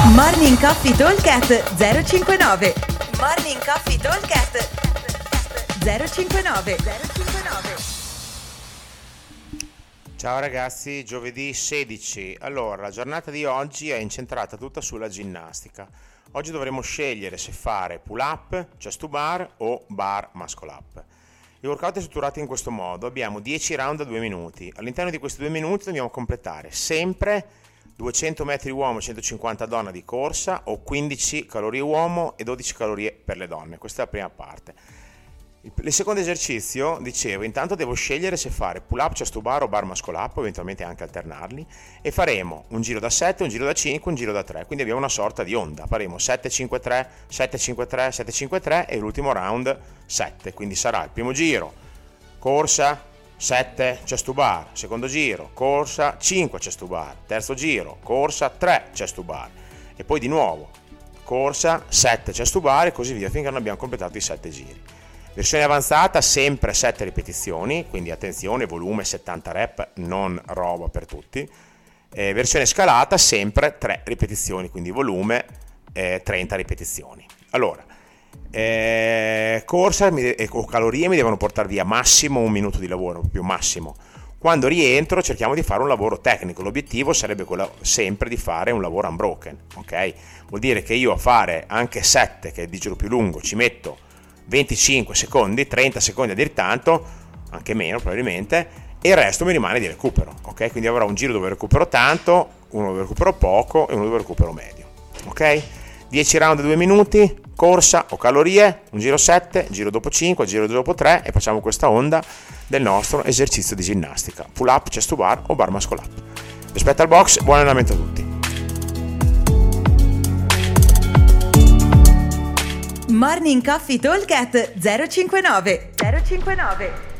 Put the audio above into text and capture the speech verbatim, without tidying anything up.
Morning Coffee Talkcast zero cinquantanove. Morning Coffee Talkcast zero cinquantanove. Ciao ragazzi, giovedì sedici. Allora, la giornata di oggi è incentrata tutta sulla ginnastica. Oggi dovremo scegliere se fare pull up, chest to bar o bar muscle up. Il workout è strutturato in questo modo: abbiamo dieci round a due minuti. All'interno di questi due minuti dobbiamo completare sempre duecento metri uomo, centocinquanta donna di corsa, o quindici calorie uomo e dodici calorie per le donne. Questa è la prima parte. Il secondo esercizio, dicevo, intanto devo scegliere se fare pull up, chest to bar o bar muscle up, eventualmente anche alternarli, e faremo un giro da sette, un giro da cinque, un giro da tre, quindi abbiamo una sorta di onda. Faremo sette cinque tre, sette cinque tre, sette cinque tre e l'ultimo round sette, quindi sarà il primo giro corsa sette chest to bar, secondo giro corsa cinque chest to bar, terzo giro corsa tre chest to bar e poi di nuovo corsa sette chest to bar e così via finché non abbiamo completato i sette giri. Versione avanzata sempre sette ripetizioni, quindi attenzione, volume settanta rep, non roba per tutti. E versione scalata sempre tre ripetizioni, quindi volume eh, trenta ripetizioni. Allora, eh, corsa e o calorie mi devono portare via massimo un minuto di lavoro, proprio massimo. Quando rientro cerchiamo di fare un lavoro tecnico, l'obiettivo sarebbe quello sempre di fare un lavoro unbroken, ok? Vuol dire che io a fare anche sette, che è il giro più lungo, ci metto venticinque secondi, trenta secondi a dir tanto, anche meno probabilmente, e il resto mi rimane di recupero, ok? Quindi avrò un giro dove recupero tanto, uno dove recupero poco e uno dove recupero medio, ok? dieci round a due minuti, corsa o calorie, un giro sette, giro dopo cinque, giro dopo tre e facciamo questa onda del nostro esercizio di ginnastica, pull up, chest to bar o bar muscle up. Rispetto al box, buon allenamento a tutti. Morning Coffee Talkcast zero cinquantanove.